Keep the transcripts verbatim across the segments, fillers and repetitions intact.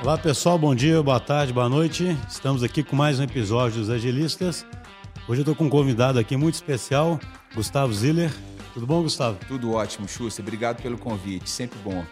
Olá pessoal, bom dia, boa tarde, boa noite. Estamos aqui com mais um episódio dos Agilistas. Hoje eu estou com um convidado aqui muito especial, Gustavo Ziller. Tudo bom, Gustavo? Tudo ótimo, Schuster. Obrigado pelo convite, sempre bom.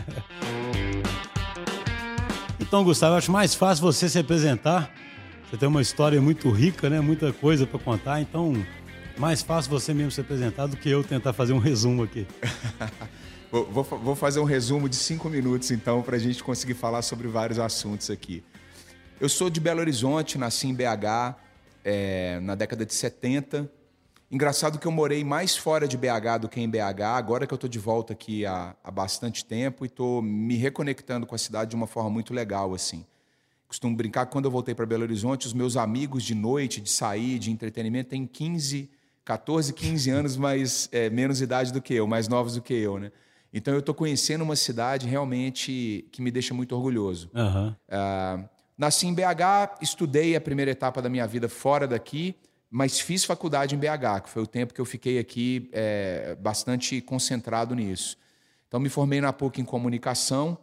Então, Gustavo, eu acho mais fácil você se apresentar. Você tem uma história muito rica, né? Muita coisa para contar, então mais fácil você mesmo se apresentar do que eu tentar fazer um resumo aqui. Vou, vou, vou fazer um resumo de cinco minutos, então, para a gente conseguir falar sobre vários assuntos aqui. Eu sou de Belo Horizonte, nasci em B H é, na década de setenta. Engraçado que eu morei mais fora de B H do que em B H, agora que eu estou de volta aqui há, há bastante tempo e estou me reconectando com a cidade de uma forma muito legal, assim. Costumo brincar que quando eu voltei para Belo Horizonte, os meus amigos de noite, de sair, de entretenimento, têm quinze, quatorze, quinze anos, mais, é, menos idade do que eu, mais novos do que eu, né? Então, eu estou conhecendo uma cidade realmente que me deixa muito orgulhoso. Uhum. Uh, nasci em B H, estudei a primeira etapa da minha vida fora daqui, mas fiz faculdade em B H, que foi o tempo que eu fiquei aqui é, bastante concentrado nisso. Então, me formei na PUC em comunicação,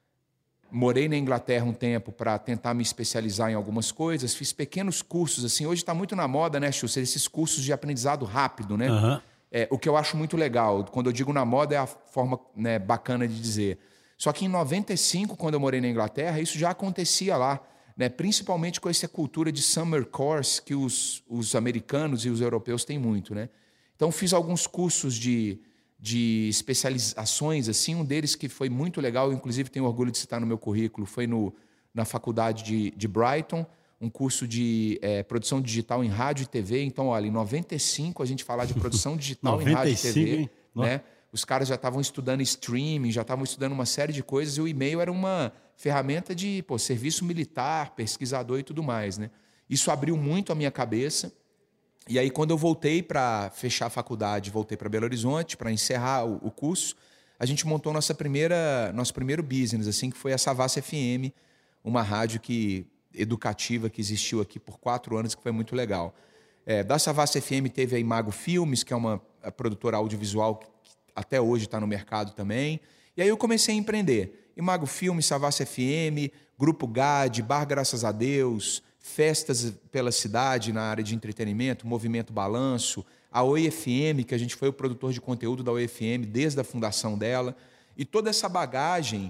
morei na Inglaterra um tempo para tentar me especializar em algumas coisas, fiz pequenos cursos, assim, hoje está muito na moda, né, Schuster, esses cursos de aprendizado rápido, né? Uhum. É, o que eu acho muito legal, quando eu digo na moda é a forma, né, bacana de dizer. Só que em noventa e cinco, quando eu morei na Inglaterra, isso já acontecia lá, né, principalmente com essa cultura de summer course que os, os americanos e os europeus têm muito, né? Então, fiz alguns cursos de, de especializações, assim, um deles que foi muito legal, eu, inclusive tenho orgulho de citar no meu currículo, foi no, na faculdade de, de Brighton, um curso de é, produção digital em rádio e T V. Então, olha, em noventa e cinco a gente falar de produção digital em rádio e T V, hein? Né? Os caras já estavam estudando streaming, já estavam estudando uma série de coisas, e o e-mail era uma ferramenta de pô, serviço militar, pesquisador e tudo mais, né? Isso abriu muito a minha cabeça. E aí, quando eu voltei para fechar a faculdade, voltei para Belo Horizonte, para encerrar o, o curso, a gente montou nossa primeira, nosso primeiro business, assim, que foi a Savassi F M, uma rádio que... educativa que existiu aqui por quatro anos, que foi muito legal. É, da Savassi F M teve a Imago Filmes, que é uma produtora audiovisual que até hoje está no mercado também. E aí eu comecei a empreender. Imago Filmes, Savassi F M, Grupo G A D, Bar Graças a Deus, festas pela cidade na área de entretenimento, Movimento Balanço, a Oi F M, que a gente foi o produtor de conteúdo da Oi F M desde a fundação dela. E toda essa bagagem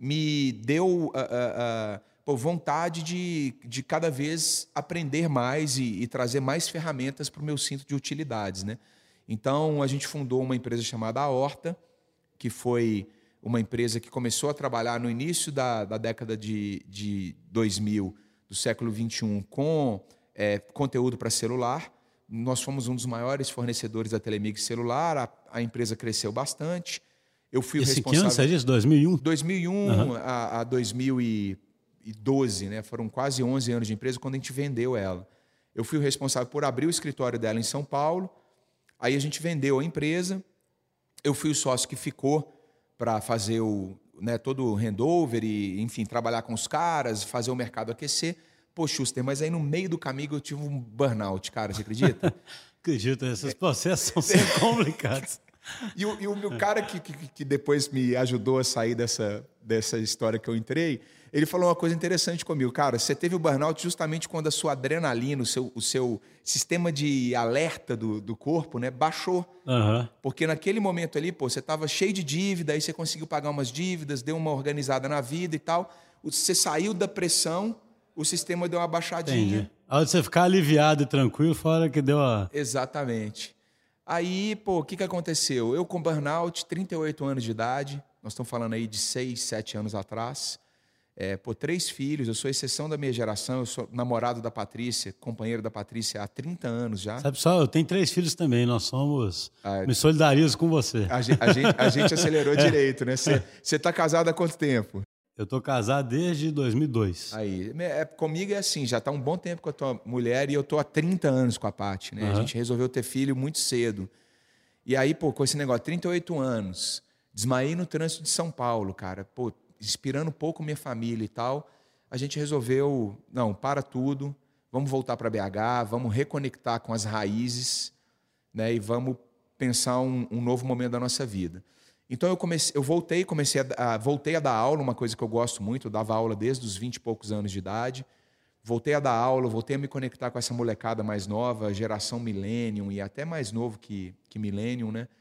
me deu... Uh, uh, uh, Por vontade de, de cada vez aprender mais e, e trazer mais ferramentas para o meu cinto de utilidades, né? Então, a gente fundou uma empresa chamada A Horta, que foi uma empresa que começou a trabalhar no início da, da década de, de dois mil, do século vinte e um, com é, conteúdo para celular. Nós fomos um dos maiores fornecedores da Telemig celular, a, a empresa cresceu bastante. Eu fui o Esse responsável... que ano você disse? dois mil e um? dois mil e um uhum. a, a dois mil e doze, né? Foram quase onze anos de empresa quando a gente vendeu ela. Eu fui o responsável por abrir o escritório dela em São Paulo, aí a gente vendeu a empresa, eu fui o sócio que ficou para fazer o, né, todo o handover e, enfim, trabalhar com os caras, fazer o mercado aquecer. Pô, Schuster, mas aí no meio do caminho eu tive um burnout, cara, você acredita? Acredito, esses processos são sempre complicados. E o, e o meu cara que, que, que depois me ajudou a sair dessa, dessa história que eu entrei, ele falou uma coisa interessante comigo. Cara, você teve o burnout justamente quando a sua adrenalina, o seu, o seu sistema de alerta do, do corpo, né, baixou. Uhum. Porque naquele momento ali, pô, você estava cheio de dívida, aí você conseguiu pagar umas dívidas, deu uma organizada na vida e tal. Você saiu da pressão, o sistema deu uma baixadinha. Entendi. A hora de você ficar aliviado e tranquilo, fora que deu a... Exatamente. Aí, pô, o que, que aconteceu? Eu com burnout, trinta e oito anos de idade, nós estamos falando aí de seis, sete anos atrás, é, pô, três filhos, eu sou exceção da minha geração, eu sou namorado da Patrícia, companheiro da Patrícia há trinta anos já. Sabe só, eu tenho três filhos também, nós somos... Ah, me solidarizo com você. A gente, a gente, a gente acelerou é. direito, né? Você está casado há quanto tempo? Eu estou casado desde dois mil e dois. Aí, é, comigo é assim, já está um bom tempo com a tua mulher e eu estou há trinta anos com a Paty, né? Uhum. A gente resolveu ter filho muito cedo. E aí, pô, com esse negócio, trinta e oito anos, desmaiei no trânsito de São Paulo, cara, pô, inspirando um pouco minha família e tal, a gente resolveu, não, para tudo, vamos voltar para B H, vamos reconectar com as raízes, né? E vamos pensar um, um novo momento da nossa vida. Então eu, comecei, eu voltei, comecei a, a, voltei a dar aula, uma coisa que eu gosto muito, eu dava aula desde os vinte e poucos anos de idade. Voltei a dar aula, voltei a me conectar com essa molecada mais nova, geração Millennium e até mais novo que, que Millennium, né?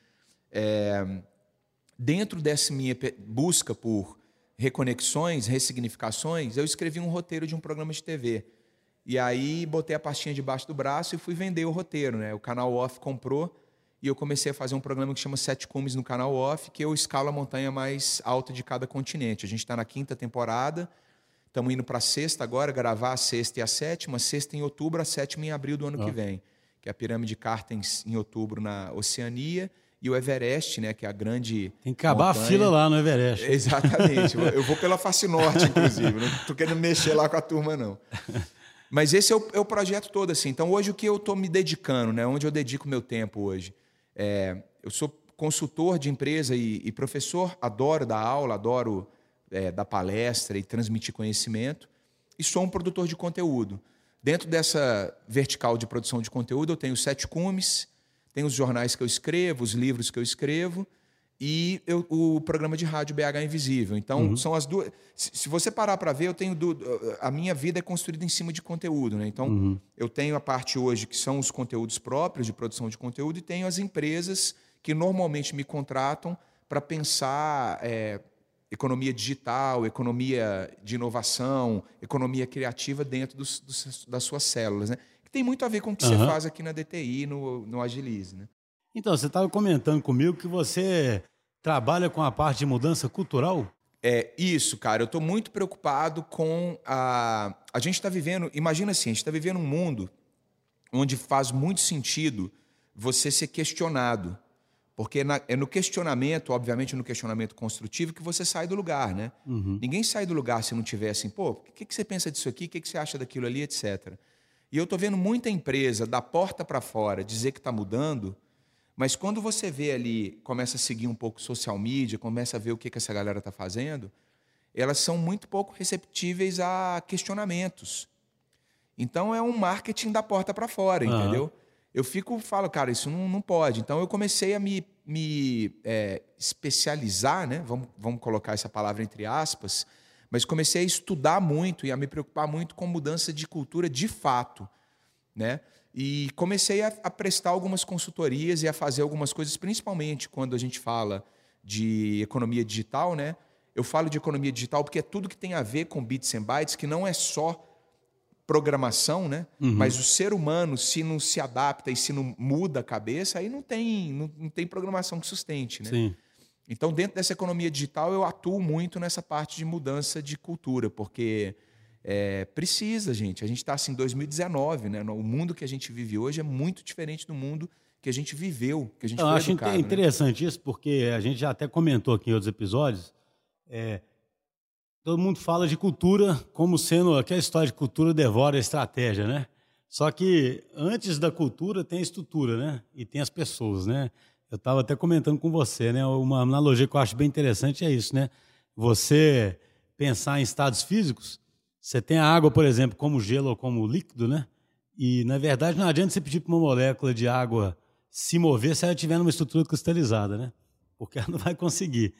É, dentro dessa minha busca por reconexões, ressignificações, eu escrevi um roteiro de um programa de T V. E aí botei a pastinha debaixo do braço e fui vender o roteiro, né? O canal Off comprou e eu comecei a fazer um programa que chama Sete Cumes no canal Off, que eu escalo a montanha mais alta de cada continente. A gente está na quinta temporada, estamos indo para a sexta agora, gravar a sexta e a sétima, a sexta em outubro, a sétima em abril do ano ah. que vem, que é a Pirâmide Cartens em outubro na Oceania e o Everest, né, que é a grande Tem que acabar montanha. A fila lá no Everest. Exatamente. Eu vou pela Face Norte, inclusive. Não estou querendo mexer lá com a turma, não. Mas esse é o, é o projeto todo, assim. Então, hoje, o que eu estou me dedicando, né? Onde eu dedico meu tempo hoje? É, eu sou consultor de empresa e, e professor, adoro dar aula, adoro é, dar palestra e transmitir conhecimento. E sou um produtor de conteúdo. Dentro dessa vertical de produção de conteúdo, eu tenho Sete Cumes, tenho os jornais que eu escrevo, os livros que eu escrevo e eu, o programa de rádio B H Invisível. Então, uhum. são as duas... Se, se você parar para ver, eu tenho du... a minha vida é construída em cima de conteúdo, né? Então, uhum. eu tenho a parte hoje que são os conteúdos próprios de produção de conteúdo e tenho as empresas que normalmente me contratam para pensar é, economia digital, economia de inovação, economia criativa dentro dos, dos, das suas células, né? Tem muito a ver com o que uhum. você faz aqui na D T I, no, no Agilize, né? Então, você estava comentando comigo que você trabalha com a parte de mudança cultural? É isso, cara. Eu estou muito preocupado com a... A gente está vivendo... Imagina assim, a gente está vivendo um mundo onde faz muito sentido você ser questionado. Porque na, é no questionamento, obviamente no questionamento construtivo, que você sai do lugar, né? Uhum. Ninguém sai do lugar se não tiver assim, pô, o que, que você pensa disso aqui? O que, que você acha daquilo ali, etcétera. E eu estou vendo muita empresa da porta para fora dizer que está mudando, mas quando você vê ali, começa a seguir um pouco social media, começa a ver o que, que essa galera está fazendo, elas são muito pouco receptíveis a questionamentos. Então é um marketing da porta para fora, uhum. entendeu? Eu fico, falo, cara, isso não, não pode. Então eu comecei a me, me é, especializar, né? Vamos, vamos colocar essa palavra entre aspas, mas comecei a estudar muito e a me preocupar muito com mudança de cultura de fato, né? E comecei a, a prestar algumas consultorias e a fazer algumas coisas, principalmente quando a gente fala de economia digital, né? Eu falo de economia digital porque é tudo que tem a ver com bits and bytes, que não é só programação, né? Uhum. Mas o ser humano, se não se adapta e se não muda a cabeça, aí não tem, não, não tem programação que sustente, né? Sim. Então, dentro dessa economia digital, eu atuo muito nessa parte de mudança de cultura, porque é, precisa, gente. A gente está assim, em dois mil e dezenove, né? O mundo que a gente vive hoje é muito diferente do mundo que a gente viveu, que a gente eu foi acho educado, interessante né? isso, porque a gente já até comentou aqui em outros episódios, é, todo mundo fala de cultura como sendo aquela história de cultura devora a estratégia, né? Só que antes da cultura tem a estrutura, né? E tem as pessoas, né? Eu estava até comentando com você, né? Uma analogia que eu acho bem interessante é isso, né? Você pensar em estados físicos, você tem a água, por exemplo, como gelo ou como líquido, né? E, na verdade, não adianta você pedir para uma molécula de água se mover se ela estiver numa estrutura cristalizada, né? Porque ela não vai conseguir.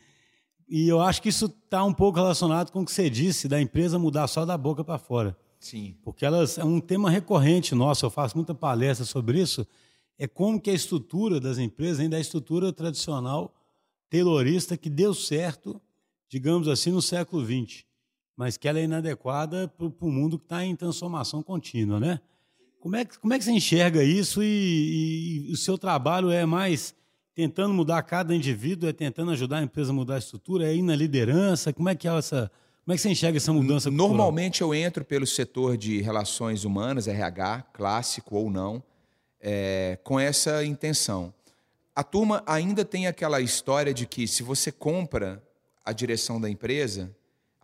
E eu acho que isso está um pouco relacionado com o que você disse, da empresa mudar só da boca para fora. Sim. Porque elas, é um tema recorrente nosso, eu faço muita palestra sobre isso, é como que a estrutura das empresas ainda é a estrutura tradicional taylorista que deu certo, digamos assim, no século vinte, mas que ela é inadequada para o mundo que está em transformação contínua, né? Como é que, como é que você enxerga isso e, e, e o seu trabalho é mais tentando mudar cada indivíduo, é tentando ajudar a empresa a mudar a estrutura, é ir na liderança? Como é que é essa... Como é que você enxerga essa mudança cultural? Normalmente eu entro pelo setor de relações humanas, R H, clássico ou não, é, com essa intenção. A turma ainda tem aquela história de que se você compra a direção da empresa,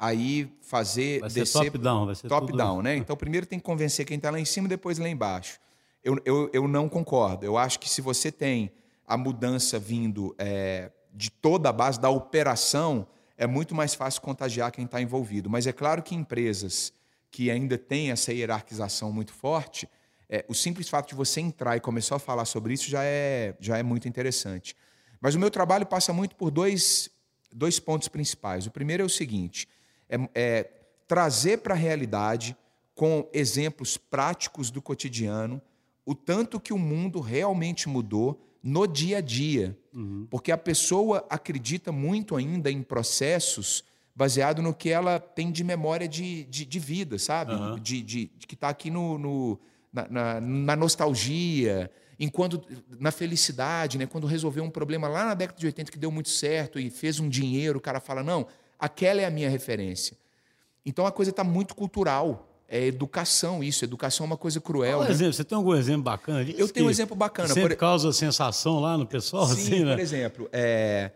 aí fazer... Vai ser descer top-down. Vai ser top-down, tudo... né? Então primeiro tem que convencer quem está lá em cima e depois lá embaixo. Eu, eu, eu não concordo. Eu acho que se você tem a mudança vindo é, de toda a base da operação, é muito mais fácil contagiar quem está envolvido. Mas é claro que empresas que ainda têm essa hierarquização muito forte, é, o simples fato de você entrar e começar a falar sobre isso já é, já é muito interessante. Mas o meu trabalho passa muito por dois, dois pontos principais. O primeiro é o seguinte, é, é trazer para a realidade, com exemplos práticos do cotidiano, o tanto que o mundo realmente mudou no dia a dia. Uhum. Porque a pessoa acredita muito ainda em processos baseado no que ela tem de memória de, de, de vida, sabe? Uhum. De, de, de que está aqui no, no, na, na, na nostalgia, enquanto, na felicidade, né? Quando resolveu um problema lá na década de oitenta que deu muito certo e fez um dinheiro, o cara fala, não, aquela é a minha referência. Então a coisa está muito cultural. É educação isso, educação é uma coisa cruel. Qual né? exemplo? Você tem algum exemplo bacana disso? Eu tenho um exemplo bacana. Sempre por... causa sensação lá no pessoal? Sim, assim, né? Por exemplo, é...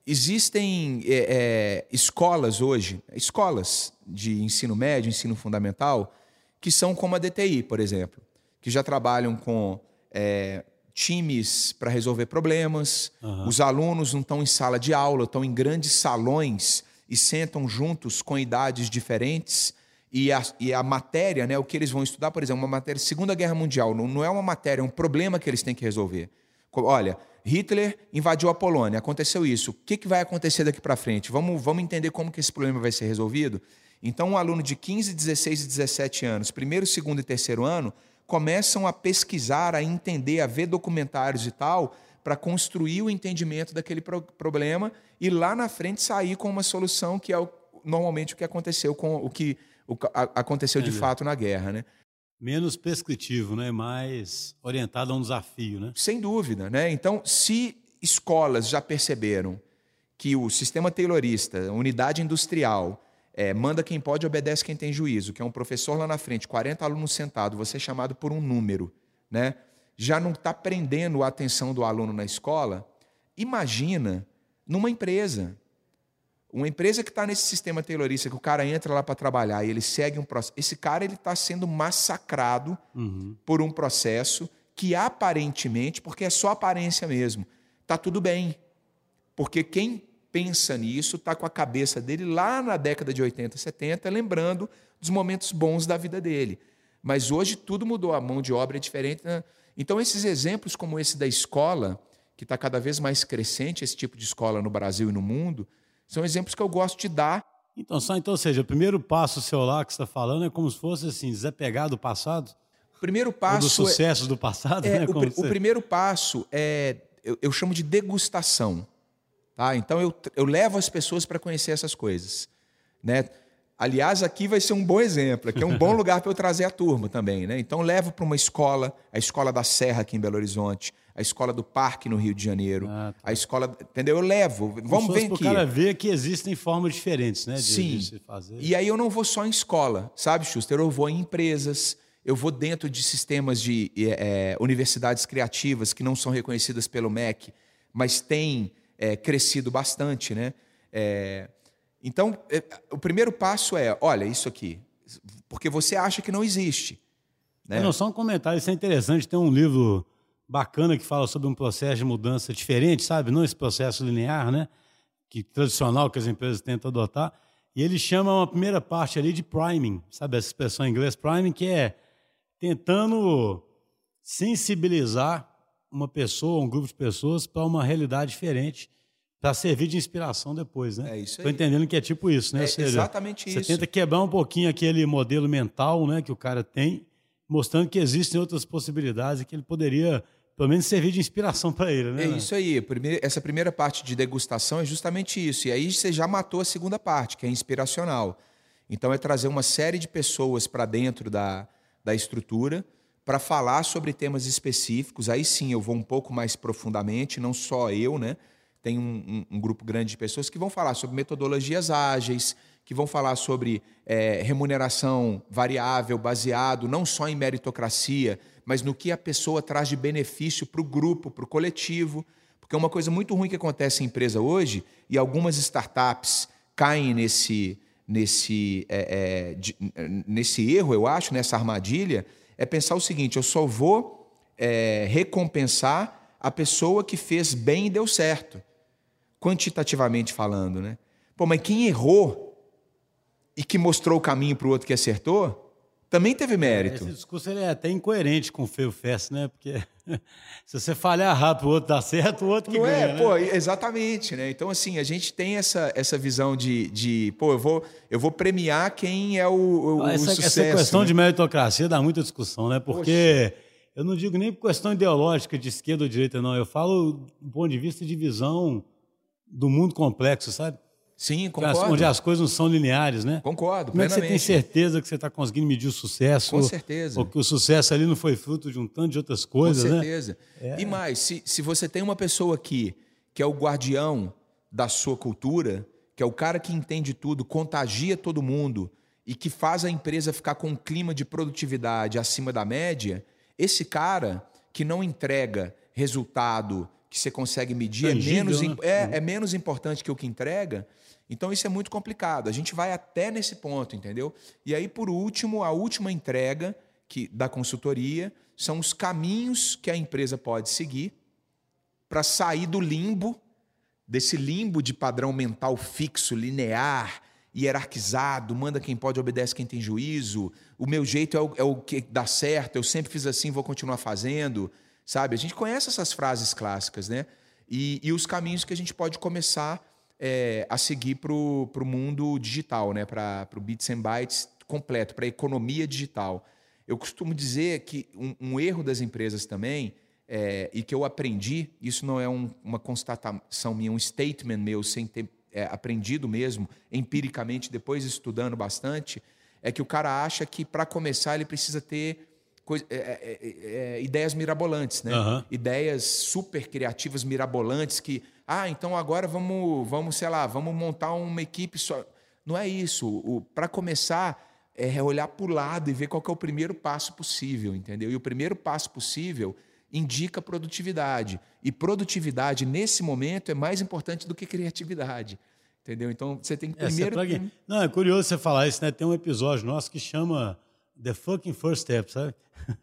existem é, é, escolas hoje, escolas de ensino médio, ensino fundamental, que são como a D T I, por exemplo, que já trabalham com é, times para resolver problemas, uhum. Os alunos não estão em sala de aula, estão em grandes salões e sentam juntos com idades diferentes. E a, e a matéria, né, o que eles vão estudar, por exemplo, uma matéria Segunda Guerra Mundial, não, não é uma matéria, é um problema que eles têm que resolver. Olha, Hitler invadiu a Polônia, aconteceu isso, o que, que vai acontecer daqui para frente? Vamos, vamos entender como que esse problema vai ser resolvido? Então, um aluno de quinze, dezesseis e dezessete anos, primeiro, segundo e terceiro ano, começam a pesquisar, a entender, a ver documentários e tal, para construir o entendimento daquele pro- problema e lá na frente sair com uma solução que é o, normalmente o que aconteceu com o que... O que aconteceu de fato na guerra, né? Menos prescritivo, né? Mais orientado a um desafio, né? Sem dúvida, né? Então, se escolas já perceberam que o sistema taylorista, a unidade industrial, é, manda quem pode, obedece quem tem juízo, que é um professor lá na frente, quarenta alunos sentados, você é chamado por um número, né? Já não está prendendo a atenção do aluno na escola, imagina numa empresa. Uma empresa que está nesse sistema taylorista, que o cara entra lá para trabalhar e ele segue um processo, esse cara está sendo massacrado uhum. por um processo que aparentemente, porque é só aparência mesmo, está tudo bem. Porque quem pensa nisso está com a cabeça dele lá na década de oitenta, setenta, lembrando dos momentos bons da vida dele. Mas hoje tudo mudou, a mão de obra é diferente. Né? Então esses exemplos como esse da escola, que está cada vez mais crescente, esse tipo de escola no Brasil e no mundo, são exemplos que eu gosto de dar. Então, só, então, ou seja, o primeiro passo seu lá que você está falando é como se fosse assim, desapegar do passado? O primeiro passo... Ou dos sucessos é, do passado? É, né? o, como o você... primeiro passo é, eu, eu chamo de degustação. Tá? Então, eu, eu levo as pessoas para conhecer essas coisas. Né? Aliás, aqui vai ser um bom exemplo, aqui é um bom lugar para eu trazer a turma também. Né? Então, levo para uma escola, a Escola da Serra aqui em Belo Horizonte, a Escola do Parque no Rio de Janeiro, ah, tá. a escola, entendeu? Eu levo, vamos ver aqui. Para o cara ver que existem formas diferentes, né? De, Sim, de se fazer. E aí eu não vou só em escola, sabe, Schuster? Eu vou em empresas, eu vou dentro de sistemas de é, universidades criativas que não são reconhecidas pelo M E C, mas têm é, crescido bastante, né? É, então, é, o primeiro passo é, olha, isso aqui, porque você acha que não existe. Né? Não, só um comentário, isso é interessante, tem um livro... bacana que fala sobre um processo de mudança diferente, sabe? Não esse processo linear, né? Que tradicional que as empresas tentam adotar. E ele chama uma primeira parte ali de priming, sabe? Essa expressão em inglês, priming, que é tentando sensibilizar uma pessoa, um grupo de pessoas para uma realidade diferente, para servir de inspiração depois, né? É isso aí. Estou entendendo que é tipo isso, né? É Ou seja, exatamente você isso. tenta quebrar um pouquinho aquele modelo mental, né, que o cara tem, mostrando que existem outras possibilidades e que ele poderia, pelo menos, servir de inspiração para ele. Né? É isso aí. Essa primeira parte de degustação é justamente isso. E aí você já matou a segunda parte, que é inspiracional. Então, é trazer uma série de pessoas para dentro da, da estrutura para falar sobre temas específicos. Aí sim eu vou um pouco mais profundamente, não só eu, né? Tem um, um, um grupo grande de pessoas que vão falar sobre metodologias ágeis, que vão falar sobre é, remuneração variável, baseado não só em meritocracia, mas no que a pessoa traz de benefício para o grupo, para o coletivo. Porque uma coisa muito ruim que acontece em empresa hoje, e algumas startups caem nesse, nesse, é, é, de, nesse erro, eu acho, nessa armadilha, é pensar o seguinte: eu só vou é, recompensar a pessoa que fez bem e deu certo, quantitativamente falando, né? Pô, mas quem errou e que mostrou o caminho para o outro que acertou, também teve mérito. Esse discurso ele é até incoerente com o Fail Fast, né? Porque Se você falhar rápido, o outro dá certo, o outro que Não ganha, é? né? Pô, exatamente, né? Então, assim, a gente tem essa, essa visão de, de pô, eu vou, eu vou premiar quem é o, o, essa, o sucesso. essa questão né? de meritocracia dá muita discussão, né? Porque Poxa. eu não digo nem por questão ideológica de esquerda ou direita, não. Eu falo do ponto de vista de visão do mundo complexo, sabe? Sim, concordo. As, onde as coisas não são lineares, né? Concordo, Como é que plenamente. você tem certeza que você está conseguindo medir o sucesso? Com certeza. Ou que o sucesso ali não foi fruto de um tanto de outras coisas, né? Com certeza. Né? E mais, se, se você tem uma pessoa aqui que é o guardião da sua cultura, que é o cara que entende tudo, contagia todo mundo e que faz a empresa ficar com um clima de produtividade acima da média, esse cara que não entrega resultado que você consegue medir Tangível, é, menos, né? é, é menos importante que o que entrega. Então, isso é muito complicado. A gente vai até nesse ponto, entendeu? E aí, por último, a última entrega que, da consultoria são os caminhos que a empresa pode seguir para sair do limbo, desse limbo de padrão mental fixo, linear, hierarquizado, manda quem pode, obedece quem tem juízo, o meu jeito é o, é o que dá certo, eu sempre fiz assim, vou continuar fazendo, sabe? A gente conhece essas frases clássicas, né? E, e os caminhos que a gente pode começar É, a seguir para o mundo digital, né? Para o Bits and Bytes completo, para a economia digital. Eu costumo dizer que um, um erro das empresas também, é, e que eu aprendi, isso não é um, uma constatação minha, um statement meu, sem ter é, aprendido mesmo, empiricamente, depois estudando bastante, é que o cara acha que para começar ele precisa ter coisa, é, é, é, ideias mirabolantes, né? Uhum. Ideias super criativas, mirabolantes, que ah, então agora vamos, vamos, sei lá, vamos montar uma equipe só. Não é isso. Para começar, é olhar para o lado e ver qual que é o primeiro passo possível, entendeu? E o primeiro passo possível indica produtividade. E produtividade, nesse momento, é mais importante do que criatividade, entendeu? Então, você tem que primeiro... É, pra... Não, é curioso você falar isso, né? Tem um episódio nosso que chama The Fucking First Step, sabe?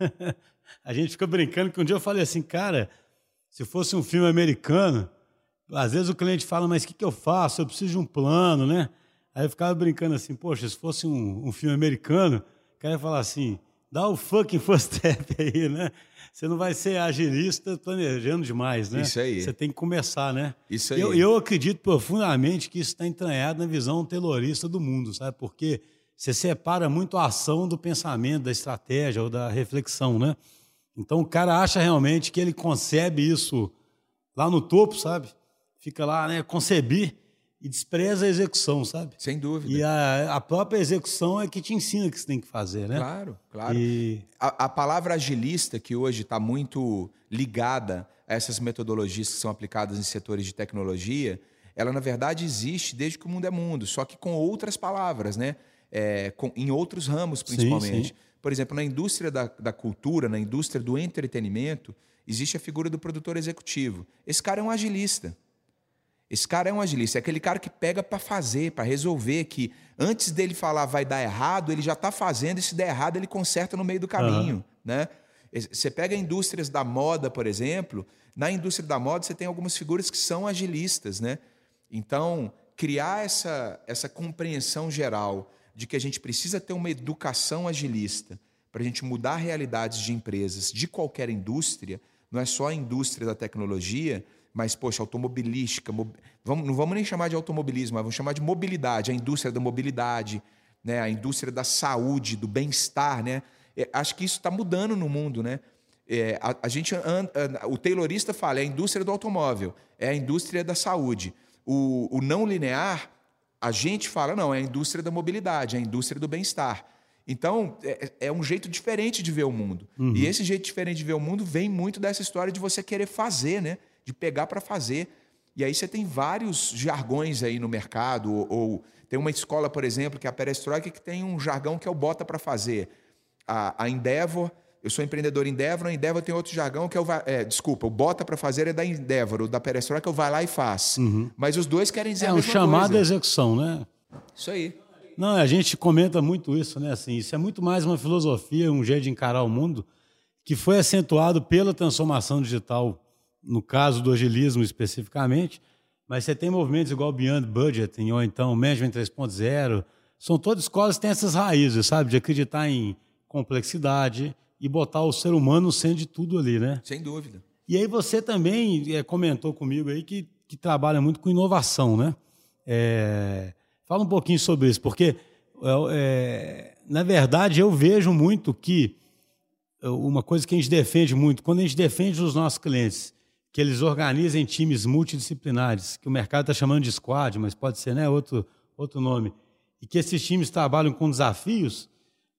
A gente fica brincando que um dia eu falei assim, cara, se fosse um filme americano... Às vezes o cliente fala, mas o que, que eu faço? Eu preciso de um plano, né? Aí eu ficava brincando assim, poxa, se fosse um, um filme americano, o cara ia falar assim, dá o fucking first step aí, né? Você não vai ser agilista planejando demais, né? Isso aí. Você tem que começar, né? Isso aí. Eu, eu acredito profundamente que isso está entranhado na visão taylorista do mundo, sabe? Porque você separa muito a ação do pensamento, da estratégia ou da reflexão, né? Então o cara acha realmente que ele concebe isso lá no topo, sabe? Fica lá, né, conceber e despreza a execução, sabe? Sem dúvida. E a, a própria execução é que te ensina o que você tem que fazer, né? Claro, claro. E... A, a palavra agilista, que hoje está muito ligada a essas metodologias que são aplicadas em setores de tecnologia, ela, na verdade, existe desde que o mundo é mundo, só que com outras palavras, né? É, com, em outros ramos, principalmente. Sim, sim. Por exemplo, na indústria da, da cultura, na indústria do entretenimento, existe a figura do produtor executivo. Esse cara é um agilista. Esse cara é um agilista, é aquele cara que pega para fazer, para resolver, que antes dele falar vai dar errado, ele já está fazendo, e se der errado ele conserta no meio do caminho. Uhum. Né? Você pega indústrias da moda, por exemplo, na indústria da moda você tem algumas figuras que são agilistas. Né? Então, criar essa, essa compreensão geral de que a gente precisa ter uma educação agilista para a gente mudar realidades de empresas de qualquer indústria, não é só a indústria da tecnologia, mas, poxa, automobilística, mob... vamos, não vamos nem chamar de automobilismo, mas vamos chamar de mobilidade, a indústria da mobilidade, né? A indústria da saúde, do bem-estar. Né? É, acho que isso está mudando no mundo. Né? É, a, a gente anda, o taylorista fala, é a indústria do automóvel, é a indústria da saúde. O, o não linear, a gente fala, não, é a indústria da mobilidade, é a indústria do bem-estar. Então, é, é um jeito diferente de ver o mundo. Uhum. E esse jeito diferente de ver o mundo vem muito dessa história de você querer fazer, né? De pegar para fazer. E aí você tem vários jargões aí no mercado, ou, ou tem uma escola, por exemplo, que é a Perestroika, que tem um jargão que é o bota para fazer. A, a Endeavor, eu sou empreendedor Endeavor, a Endeavor tem outro jargão que é o... É, desculpa, o bota para fazer é da Endeavor, o da Perestroika é o vai lá e faz. Uhum. Mas os dois querem dizer é a mesma coisa. É um chamado à execução, né? Isso aí. Não, a gente comenta muito isso, né? Assim, isso é muito mais uma filosofia, um jeito de encarar o mundo, que foi acentuado pela transformação digital, no caso do agilismo especificamente, mas você tem movimentos igual Beyond Budgeting, ou então Management três ponto zero, são todas escolas que têm essas raízes, sabe? De acreditar em complexidade, e botar o ser humano no centro de tudo ali, né? Sem dúvida. E aí você também é, comentou comigo aí que, que trabalha muito com inovação, né? É, fala um pouquinho sobre isso, porque, é, na verdade, eu vejo muito que uma coisa que a gente defende muito, quando a gente defende os nossos clientes, que eles organizem times multidisciplinares, que o mercado está chamando de squad, mas pode ser, né, outro, outro nome, e que esses times trabalham com desafios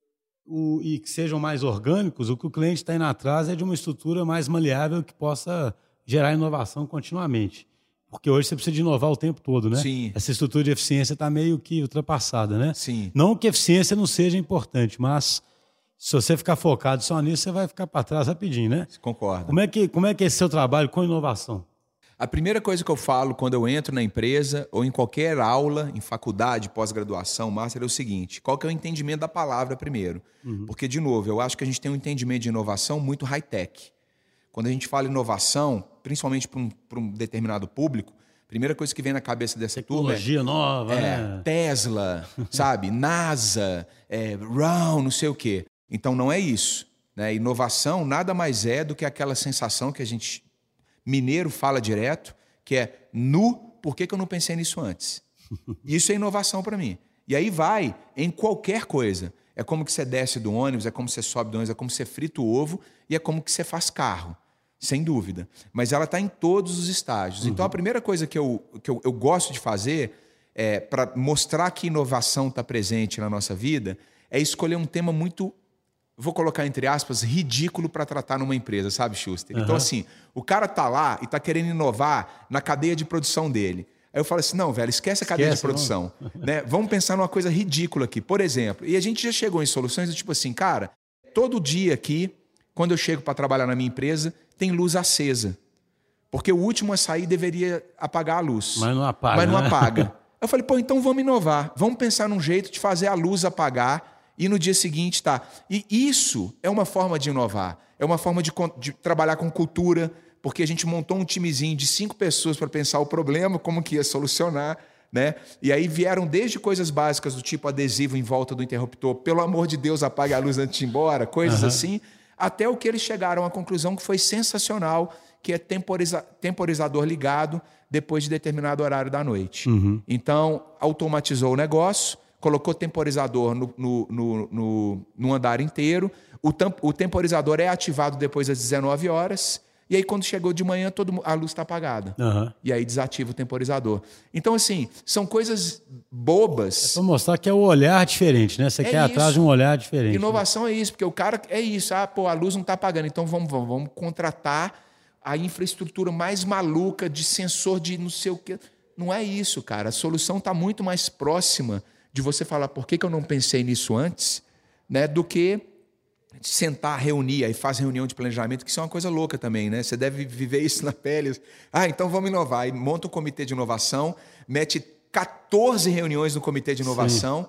o, e que sejam mais orgânicos, o que o cliente está indo atrás é de uma estrutura mais maleável que possa gerar inovação continuamente. Porque hoje você precisa de inovar o tempo todo, né? Sim. Essa estrutura de eficiência está meio que ultrapassada, né? Sim. Não que a eficiência não seja importante, mas se você ficar focado só nisso, você vai ficar para trás rapidinho, né? Concordo. Como é que, como é que é esse seu trabalho com inovação? A primeira coisa que eu falo quando eu entro na empresa ou em qualquer aula, em faculdade, pós-graduação, master, é o seguinte: qual que é o entendimento da palavra primeiro? Uhum. Porque, de novo, eu acho que a gente tem um entendimento de inovação muito high-tech. Quando a gente fala inovação, principalmente para um, para um determinado público, a primeira coisa que vem na cabeça dessa Tecnologia turma é, nova, é né? Tesla, sabe? NASA, é, R A W, não sei o quê. Então, não é isso, né? Inovação nada mais é do que aquela sensação que a gente, mineiro, fala direto, que é nu, por que, que eu não pensei nisso antes? Isso é inovação para mim. E aí vai em qualquer coisa. É como que você desce do ônibus, é como que você sobe do ônibus, é como que você frita o ovo e é como que você faz carro, sem dúvida. Mas ela está em todos os estágios. Uhum. Então, a primeira coisa que eu, que eu, eu gosto de fazer é, para mostrar que inovação está presente na nossa vida é escolher um tema muito, vou colocar entre aspas, ridículo para tratar numa empresa, sabe, Schuster? Uhum. Então, assim, o cara está lá e está querendo inovar na cadeia de produção dele. Aí eu falo assim, não, velho, esquece a cadeia esquece, de produção. Né? Vamos pensar numa coisa ridícula aqui. Por exemplo, e a gente já chegou em soluções do tipo assim, cara, todo dia aqui, quando eu chego para trabalhar na minha empresa, tem luz acesa. Porque o último a sair deveria apagar a luz. Mas não apaga. Mas não né? apaga. Eu falei, pô, então vamos inovar. Vamos pensar num jeito de fazer a luz apagar e no dia seguinte tá. E isso é uma forma de inovar. É uma forma de, de trabalhar com cultura, porque a gente montou um timezinho de cinco pessoas para pensar o problema, como que ia solucionar, né? E aí vieram desde coisas básicas do tipo adesivo em volta do interruptor, pelo amor de Deus, apague a luz antes de ir embora, coisas uhum. assim, até o que eles chegaram à conclusão que foi sensacional, que é temporiza- temporizador ligado depois de determinado horário da noite. Uhum. Então, automatizou o negócio, colocou temporizador no, no, no, no, no andar inteiro, o, tam- o temporizador é ativado depois das dezenove horas, e aí, quando chegou de manhã, todo, a luz está apagada. Uhum. E aí desativa o temporizador. Então, assim, são coisas bobas. É para mostrar que é o olhar diferente, né? Você é quer isso. Atrás de um olhar diferente. Inovação né? é isso, porque o cara é isso. Ah, pô, a luz não está apagando. Então, vamos, vamos, vamos contratar a infraestrutura mais maluca de sensor de não sei o quê. Não é isso, cara. A solução está muito mais próxima de você falar por que, que eu não pensei nisso antes, né, do que sentar, reunir, aí faz reunião de planejamento, que isso é uma coisa louca também, né? Você deve viver isso na pele. Ah, então vamos inovar. Aí monta um comitê de inovação, mete quatorze reuniões no comitê de inovação. Sim.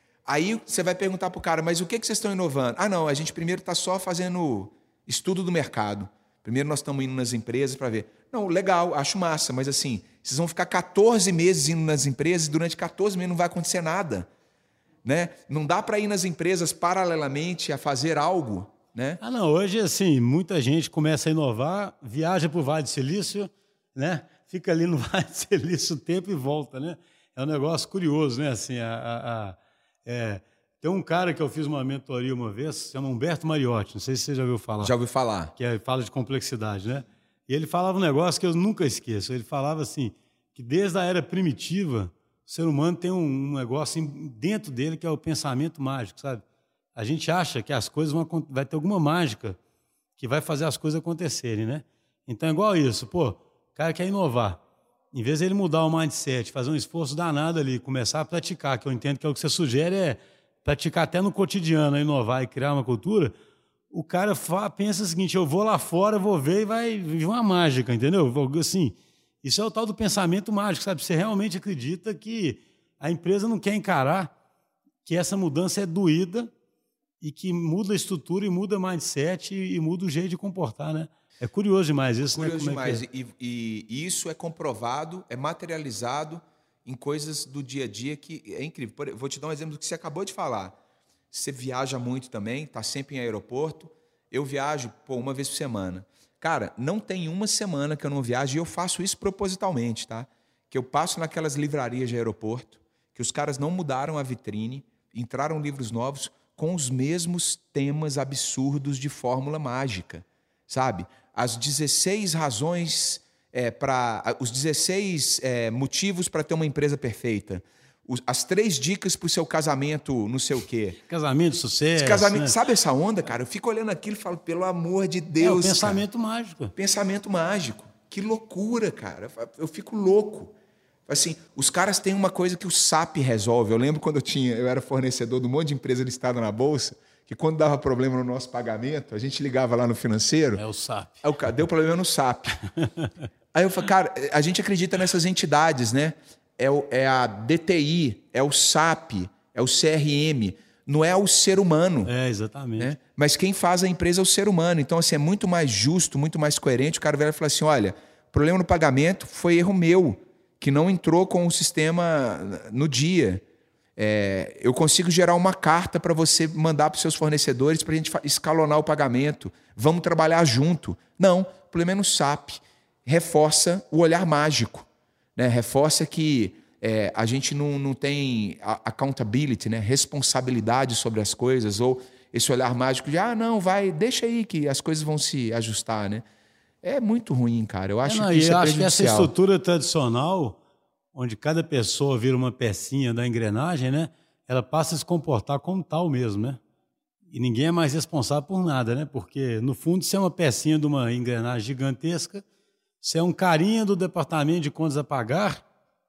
Aí você vai perguntar para o cara, mas o que, que vocês estão inovando? Ah, não, a gente primeiro está só fazendo estudo do mercado. Primeiro nós estamos indo nas empresas para ver. Não, legal, acho massa, mas assim, vocês vão ficar quatorze meses indo nas empresas e durante quatorze meses não vai acontecer nada. Né? Não dá para ir nas empresas paralelamente a fazer algo, né? Ah, não. Hoje, assim, muita gente começa a inovar, viaja para o Vale do Silício, né? Fica ali no Vale do Silício o tempo e volta, né? É um negócio curioso, né? Assim, a, a, a, é... Tem um cara que eu fiz uma mentoria uma vez, se chama Humberto Mariotti, não sei se você já ouviu falar. Já ouviu falar. Que é, fala de complexidade, né? E ele falava um negócio que eu nunca esqueço. Ele falava assim, que desde a era primitiva, o ser humano tem um negócio dentro dele que é o pensamento mágico, sabe? A gente acha que as coisas vão... Vai ter alguma mágica que vai fazer as coisas acontecerem, né? Então é igual isso. Pô, o cara quer inovar. Em vez de ele mudar o mindset, fazer um esforço danado ali, começar a praticar, que eu entendo que é o que você sugere, é praticar até no cotidiano, inovar e criar uma cultura, o cara fala, pensa o seguinte, eu vou lá fora, vou ver e vai viver uma mágica, entendeu? Assim... Isso é o tal do pensamento mágico, sabe? Você realmente acredita que a empresa não quer encarar que essa mudança é doída e que muda a estrutura e muda o mindset e, e muda o jeito de comportar, né? É curioso demais isso, curioso né? Curioso demais. É é? e, e isso é comprovado, é materializado em coisas do dia a dia que é incrível. Vou te dar um exemplo do que você acabou de falar. Você viaja muito também, está sempre em aeroporto. Eu viajo, pô, uma vez por semana. Cara, não tem uma semana que eu não viajo e eu faço isso propositalmente, tá? Que eu passo naquelas livrarias de aeroporto, que os caras não mudaram a vitrine, entraram livros novos com os mesmos temas absurdos de fórmula mágica, sabe? As dezesseis razões, é, para os dezesseis é, motivos para ter uma empresa perfeita. Os, as três dicas para o seu casamento, não sei o quê. Casamento, sucesso. Casamento, né? Sabe essa onda, cara? Eu fico olhando aquilo e falo, pelo amor de Deus. É o pensamento cara. mágico. Pensamento mágico. Que loucura, cara. Eu fico louco. Assim, os caras têm uma coisa que o S A P resolve. Eu lembro quando eu tinha, eu era fornecedor de um monte de empresa listada na Bolsa, que quando dava problema no nosso pagamento, a gente ligava lá no financeiro. É o S A P. Aí o cara, deu problema no S A P. Aí eu falei, cara, a gente acredita nessas entidades, né? É, o, é a D T I, é o S A P, é o C R M, não é o ser humano. É, exatamente. Né? Mas quem faz a empresa é o ser humano. Então, assim, é muito mais justo, muito mais coerente. O cara vai falar assim, olha, problema no pagamento foi erro meu, que não entrou com o sistema no dia. É, eu consigo gerar uma carta para você mandar para os seus fornecedores para a gente escalonar o pagamento. Vamos trabalhar junto. Não, o problema é no S A P. Reforça o olhar mágico. Né? Reforça que é, a gente não, não tem accountability, né? Responsabilidade sobre as coisas, ou esse olhar mágico de, ah, não, vai, deixa aí que as coisas vão se ajustar. Né? É muito ruim, cara. Eu acho é, não, que isso eu é acho que essa prejudicial. estrutura tradicional, onde cada pessoa vira uma pecinha da engrenagem, né? Ela passa a se comportar como tal mesmo, né? E ninguém é mais responsável por nada, né? Porque, no fundo, você é uma pecinha de uma engrenagem gigantesca, você é um carinha do departamento de contas a pagar,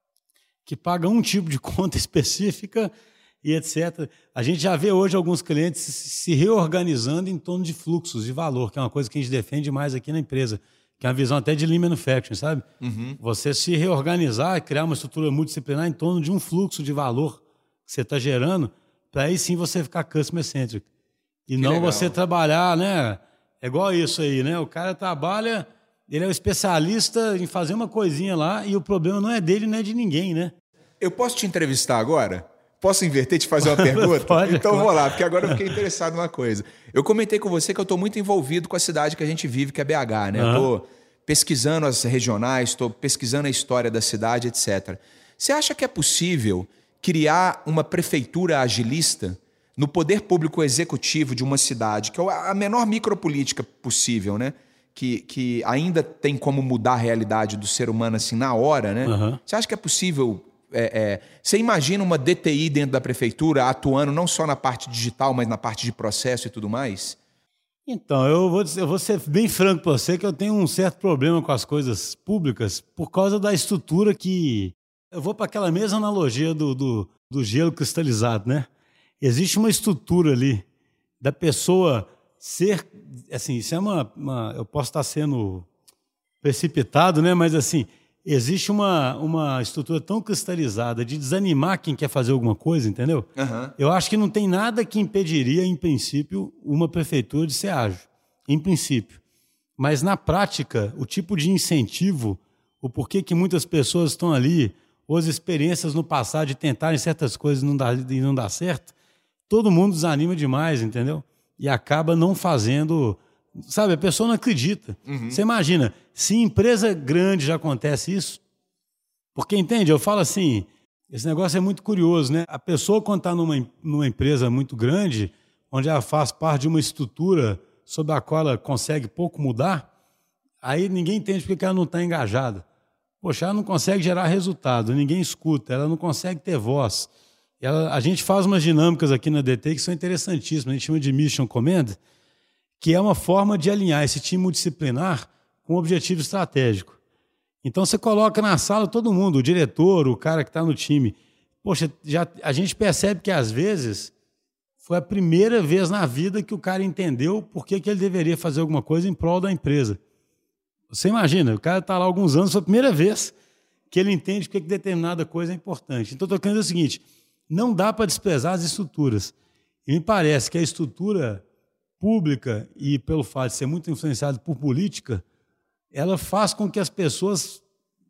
que paga um tipo de conta específica e etcétera. A gente já vê hoje alguns clientes se reorganizando em torno de fluxos de valor, que é uma coisa que a gente defende mais aqui na empresa, que é uma visão até de Lean Manufacturing, sabe? Uhum. Você se reorganizar, criar uma estrutura multidisciplinar em torno de um fluxo de valor que você está gerando, para aí sim você ficar customer-centric. E que não legal. Você trabalhar, né? É igual isso aí, né? O cara trabalha... Ele é um especialista em fazer uma coisinha lá e o problema não é dele, não é de ninguém, né? Eu posso te entrevistar agora? Posso inverter e te fazer uma pergunta? Pode, então claro. vou lá, porque agora eu fiquei interessado numa coisa. Eu comentei com você que eu estou muito envolvido com a cidade que a gente vive, que é B H, né? Uhum. Eu estou pesquisando as regionais, estou pesquisando a história da cidade, etcétera. Você acha que é possível criar uma prefeitura agilista no poder público executivo de uma cidade, que é a menor micropolítica possível, né? Que, que ainda tem como mudar a realidade do ser humano assim na hora, né? Uhum. Você acha que é possível... É, é, você imagina uma D T I dentro da prefeitura atuando não só na parte digital, mas na parte de processo e tudo mais? Então, eu vou, dizer, eu vou ser bem franco para você que eu tenho um certo problema com as coisas públicas por causa da estrutura que... Eu vou para aquela mesma analogia do, do, do gelo cristalizado, né? Existe uma estrutura ali da pessoa... ser, assim, isso é uma, uma... Eu posso estar sendo precipitado, né? Mas, assim, existe uma, uma estrutura tão cristalizada de desanimar quem quer fazer alguma coisa, entendeu? Uhum. Eu acho que não tem nada que impediria, em princípio, uma prefeitura de ser ágil. Em princípio. Mas, na prática, o tipo de incentivo, o porquê que muitas pessoas estão ali, ou as experiências no passado de tentarem certas coisas e não dar, e não dar certo, todo mundo desanima demais, entendeu? E acaba não fazendo... Sabe, a pessoa não acredita. Uhum. Você imagina, se em empresa grande já acontece isso, porque, entende, eu falo assim, esse negócio é muito curioso, né? A pessoa, quando está numa, numa empresa muito grande, onde ela faz parte de uma estrutura sobre a qual ela consegue pouco mudar, aí ninguém entende porque ela não está engajada. Poxa, ela não consegue gerar resultado, ninguém escuta, ela não consegue ter voz. Ela, a gente faz umas dinâmicas aqui na D T que são interessantíssimas, a gente chama de Mission Command, que é uma forma de alinhar esse time multidisciplinar com um objetivo estratégico. Então, você coloca na sala todo mundo, o diretor, o cara que está no time. Poxa, já, a gente percebe que, às vezes, foi a primeira vez na vida que o cara entendeu por que, que ele deveria fazer alguma coisa em prol da empresa. Você imagina, o cara está lá há alguns anos, foi a primeira vez que ele entende por que, que determinada coisa é importante. Então, estou querendo dizer o seguinte, não dá para desprezar as estruturas. E me parece que a estrutura... pública, e pelo fato de ser muito influenciado por política, ela faz com que as pessoas...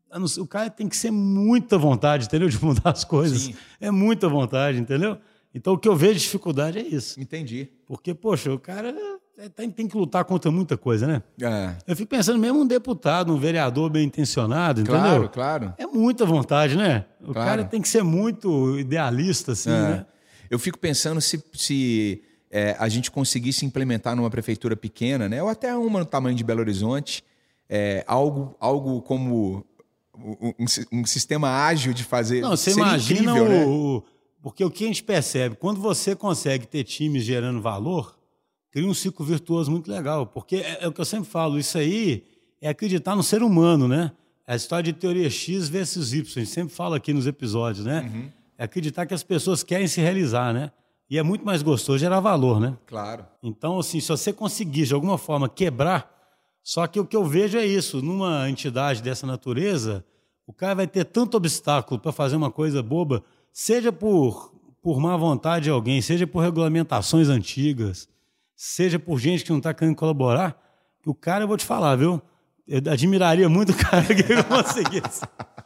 O cara tem que ser muita vontade, entendeu? De mudar as coisas. Sim. É muita vontade, entendeu? Então, o que eu vejo de dificuldade é isso. Entendi. Porque, poxa, o cara tem, tem que lutar contra muita coisa, né? É. Eu fico pensando, mesmo um deputado, um vereador bem intencionado, entendeu? Claro, claro. É muita vontade, né? O Claro. cara tem que ser muito idealista, assim, É. né? Eu fico pensando se, se é, a gente conseguisse implementar numa prefeitura pequena, né, ou até uma no tamanho de Belo Horizonte, é, algo, algo como um, um, um sistema ágil de fazer. Não, você Seria imagina incrível, o, né? o... Porque o que a gente percebe, quando você consegue ter times gerando valor, cria um ciclo virtuoso muito legal. Porque é, é o que eu sempre falo, isso aí é acreditar no ser humano, né? É a história de teoria X versus Y, a gente sempre fala aqui nos episódios, né? Uhum. É acreditar que as pessoas querem se realizar, né? E é muito mais gostoso gerar valor, né? Claro. Então, assim, se você conseguir, de alguma forma, quebrar... Só que o que eu vejo é isso. Numa entidade dessa natureza, o cara vai ter tanto obstáculo para fazer uma coisa boba, seja por, por má vontade de alguém, seja por regulamentações antigas, seja por gente que não está querendo colaborar, que o cara, eu vou te falar, viu? Eu admiraria muito o cara que conseguisse.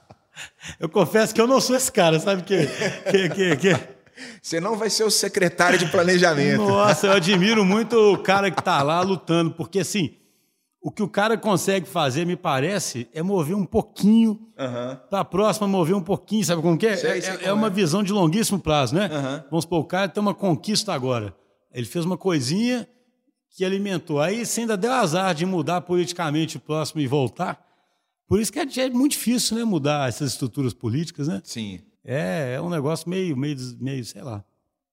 Eu confesso que eu não sou esse cara, sabe? Que, que, que, que... Você não vai ser o secretário de planejamento. Nossa, eu admiro muito o cara que está lá lutando, porque assim, o que o cara consegue fazer, me parece, é mover um pouquinho Uhum. para a próxima, mover um pouquinho, sabe como que é? Sei, é, sei é como uma é. visão de longuíssimo prazo, né? Uhum. Vamos supor, o cara tem uma conquista agora. Ele fez uma coisinha que alimentou. Aí você ainda deu azar de mudar politicamente o próximo e voltar. Por isso que é, é muito difícil, né, mudar essas estruturas políticas, né? Sim. É, é um negócio meio, meio, meio, sei lá.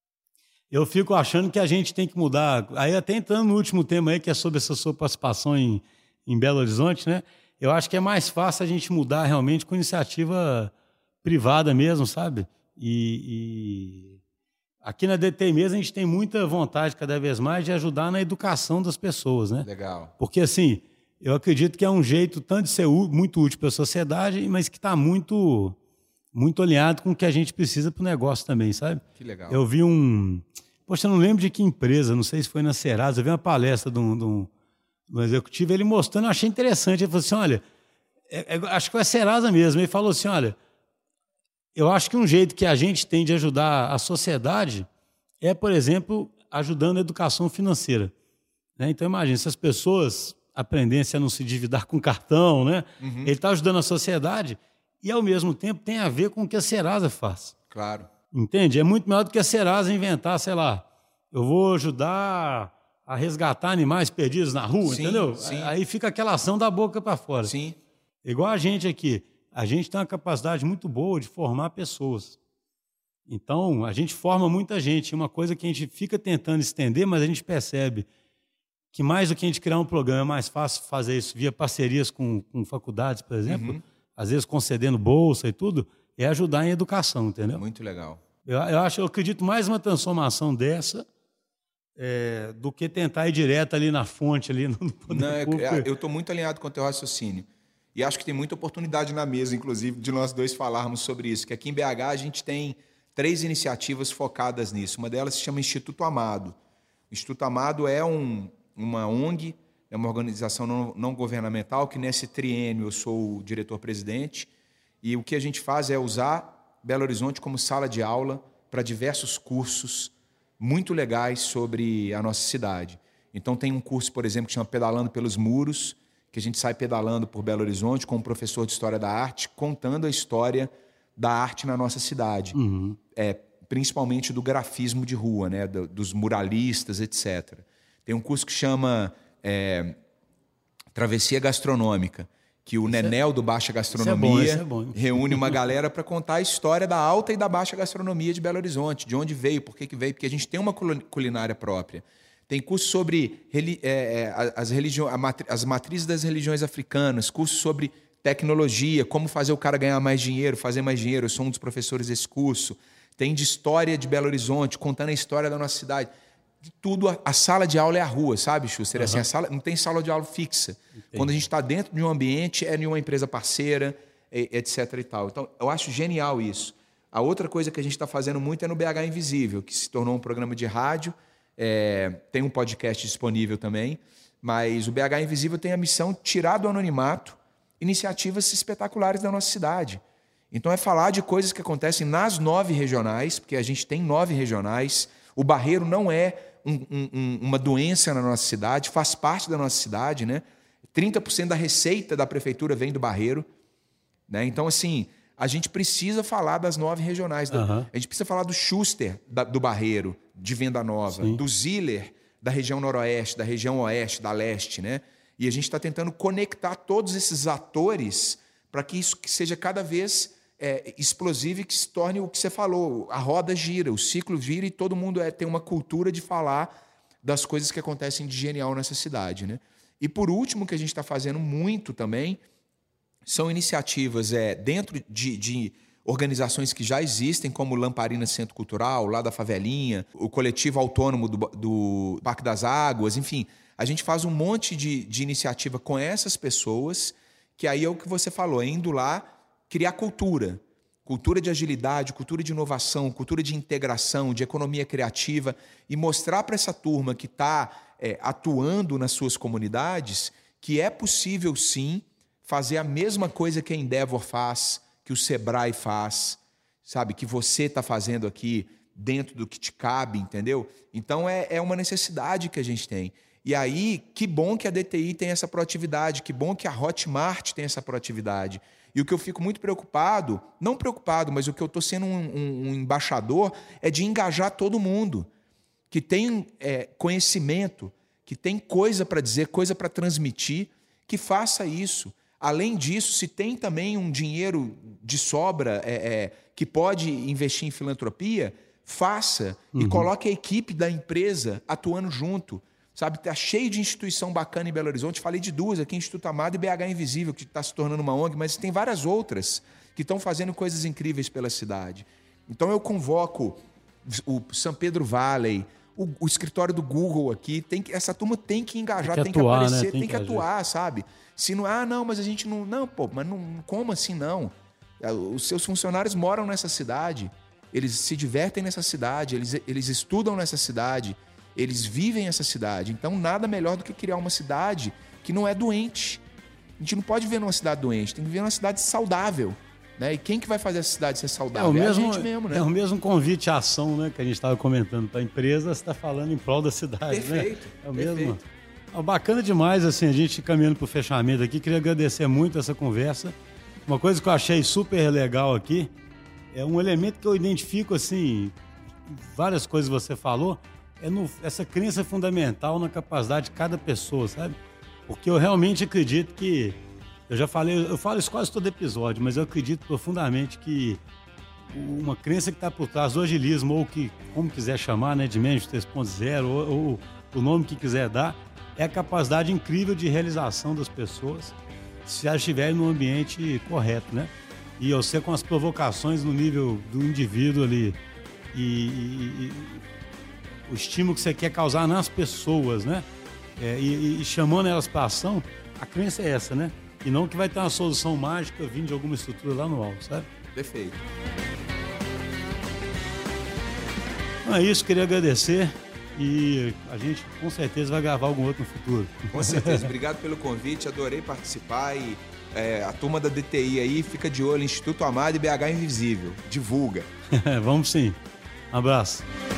Eu fico achando que a gente tem que mudar. Aí até entrando no último tema aí, que é sobre essa sua participação em, em Belo Horizonte, né? Eu acho que é mais fácil a gente mudar realmente com iniciativa privada mesmo, sabe? E, e... aqui na D T mesmo a gente tem muita vontade cada vez mais de ajudar na educação das pessoas, né? Legal. Porque assim, eu acredito que é um jeito tanto de ser muito útil para a sociedade, mas que está muito, muito alinhado com o que a gente precisa para o negócio também, sabe? Que legal. Eu vi um... Poxa, eu não lembro de que empresa, não sei se foi na Serasa, eu vi uma palestra de um, de um, de um executivo, ele mostrando, eu achei interessante. Ele falou assim, olha, é, é, acho que foi a Serasa mesmo, ele falou assim, olha, eu acho que um jeito que a gente tem de ajudar a sociedade é, por exemplo, ajudando a educação financeira. Né? Então, imagina, se as pessoas aprendessem a não se endividar com cartão, né? Uhum. Ele está ajudando a sociedade e, ao mesmo tempo, tem a ver com o que a Serasa faz. Claro. Entende? É muito melhor do que a Serasa inventar, sei lá, eu vou ajudar a resgatar animais perdidos na rua, Sim, entendeu? sim. Aí fica aquela ação da boca para fora. Sim. Igual a gente aqui. A gente tem uma capacidade muito boa de formar pessoas. Então, a gente forma muita gente. Uma coisa que a gente fica tentando estender, mas a gente percebe que mais do que a gente criar um programa, é mais fácil fazer isso via parcerias com, com faculdades, por exemplo, Uhum. às vezes concedendo bolsa e tudo, é ajudar em educação, entendeu? Muito legal. Eu, eu acho, eu acredito mais uma transformação dessa é, do que tentar ir direto ali na fonte, ali no poder Não, público. eu estou muito alinhado com o teu raciocínio. E acho que tem muita oportunidade na mesa, inclusive, de nós dois falarmos sobre isso. Que aqui em B H a gente tem três iniciativas focadas nisso. Uma delas se chama Instituto Amado. O Instituto Amado é um, uma O N G, é uma organização não, não governamental, que nesse triênio eu sou o diretor-presidente. E o que a gente faz é usar Belo Horizonte como sala de aula para diversos cursos muito legais sobre a nossa cidade. Então tem um curso, por exemplo, que chama Pedalando pelos Muros, que a gente sai pedalando por Belo Horizonte com um professor de História da Arte, contando a história da arte na nossa cidade. Uhum. É, principalmente do grafismo de rua, né, do, dos muralistas, etcétera. Tem um curso que chama é, Travessia Gastronômica, que o Nenel do Baixa Gastronomia isso é bom, isso é bom. reúne uma galera para contar a história da alta e da baixa gastronomia de Belo Horizonte, de onde veio, por que que veio, porque a gente tem uma culinária própria. Tem curso sobre é, as, religi- as matrizes das religiões africanas, curso sobre tecnologia, como fazer o cara ganhar mais dinheiro, fazer mais dinheiro. Eu sou um dos professores desse curso. Tem de história de Belo Horizonte, contando a história da nossa cidade. De tudo, a, a sala de aula é a rua, sabe, Schuster? Uhum. Assim, a sala, não tem sala de aula fixa. Entendi. Quando a gente está dentro de um ambiente, é de uma empresa parceira, etc e tal. Então, eu acho genial isso. A outra coisa que a gente está fazendo muito é no B H Invisível, que se tornou um programa de rádio. É, tem um podcast disponível também, mas o B H Invisível tem a missão de tirar do anonimato iniciativas espetaculares da nossa cidade. Então é falar de coisas que acontecem nas nove regionais, porque a gente tem nove regionais. O Barreiro não é um, um, uma doença na nossa cidade, faz parte da nossa cidade, né? trinta por cento da receita da prefeitura vem do Barreiro, né? Então, assim, a gente precisa falar das nove regionais. Uhum. A gente precisa falar do Schuster, da, do Barreiro, de Venda Nova, Sim. do Ziller, da região noroeste, da região oeste, da leste, né? E a gente está tentando conectar todos esses atores para que isso seja cada vez é, explosivo e que se torne o que você falou. A roda gira, o ciclo vira e todo mundo é, tem uma cultura de falar das coisas que acontecem de genial nessa cidade, né? E, por último, o que a gente está fazendo muito também são iniciativas é, dentro de, de organizações que já existem, como o Lamparina Centro Cultural, lá da Favelinha, o Coletivo Autônomo do, do Parque das Águas, enfim. A gente faz um monte de, de iniciativa com essas pessoas, que aí é o que você falou, é indo lá criar cultura. Cultura de agilidade, cultura de inovação, cultura de integração, de economia criativa, e mostrar para essa turma que está é, atuando nas suas comunidades que é possível, sim, fazer a mesma coisa que a Endeavor faz, que o Sebrae faz, sabe? Que você está fazendo aqui dentro do que te cabe, entendeu? Então, é, é uma necessidade que a gente tem. E aí, que bom que a D T I tem essa proatividade, que bom que a Hotmart tem essa proatividade. E o que eu fico muito preocupado, não preocupado, mas o que eu estou sendo um, um, um embaixador, é de engajar todo mundo que tem é, conhecimento, que tem coisa para dizer, coisa para transmitir, que faça isso. Além disso, se tem também um dinheiro de sobra é, é, que pode investir em filantropia, faça uhum. e coloque a equipe da empresa atuando junto. Sabe, está cheio de instituição bacana em Belo Horizonte. Falei de duas aqui, Instituto Amado e B H Invisível, que está se tornando uma O N G, mas tem várias outras que estão fazendo coisas incríveis pela cidade. Então eu convoco o São Pedro Valley, o, o escritório do Google aqui, tem que, essa turma tem que engajar, tem que, tem atuar, que aparecer, né? tem, tem que, que atuar, sabe? Se não, ah, não, mas a gente não... Não, pô, mas não, como assim não? Os seus funcionários moram nessa cidade, eles se divertem nessa cidade, eles, eles estudam nessa cidade, eles vivem essa cidade. Então, nada melhor do que criar uma cidade que não é doente. A gente não pode viver numa cidade doente, tem que viver numa cidade saudável. Né? E quem que vai fazer essa cidade ser saudável? É, o mesmo, é a gente mesmo, né? É o mesmo convite à ação, né, que a gente estava comentando para a empresa, você está falando em prol da cidade. Perfeito. Né? É o perfeito. mesmo. É bacana demais, assim, a gente caminhando para o fechamento aqui. Queria agradecer muito essa conversa. Uma coisa que eu achei super legal aqui é um elemento que eu identifico, assim, várias coisas que você falou, é no, essa crença fundamental na capacidade de cada pessoa, sabe? Porque eu realmente acredito que, eu já falei, eu falo isso quase todo episódio, mas eu acredito profundamente que uma crença que está por trás do agilismo, ou que, como quiser chamar, né, de Management três ponto zero, ou, ou o nome que quiser dar, é a capacidade incrível de realização das pessoas se elas estiverem no ambiente correto, né? E você com as provocações no nível do indivíduo ali e, e, e o estímulo que você quer causar nas pessoas, né? É, e, e chamando elas para ação, a crença é essa, né? E não que vai ter uma solução mágica vindo de alguma estrutura lá no alto, sabe? Perfeito. Então é isso, queria agradecer e a gente com certeza vai gravar algum outro no futuro. Com certeza, obrigado pelo convite, adorei participar e é, a turma da D T I aí fica de olho, Instituto Amado e B H Invisível, divulga. Vamos sim, um abraço.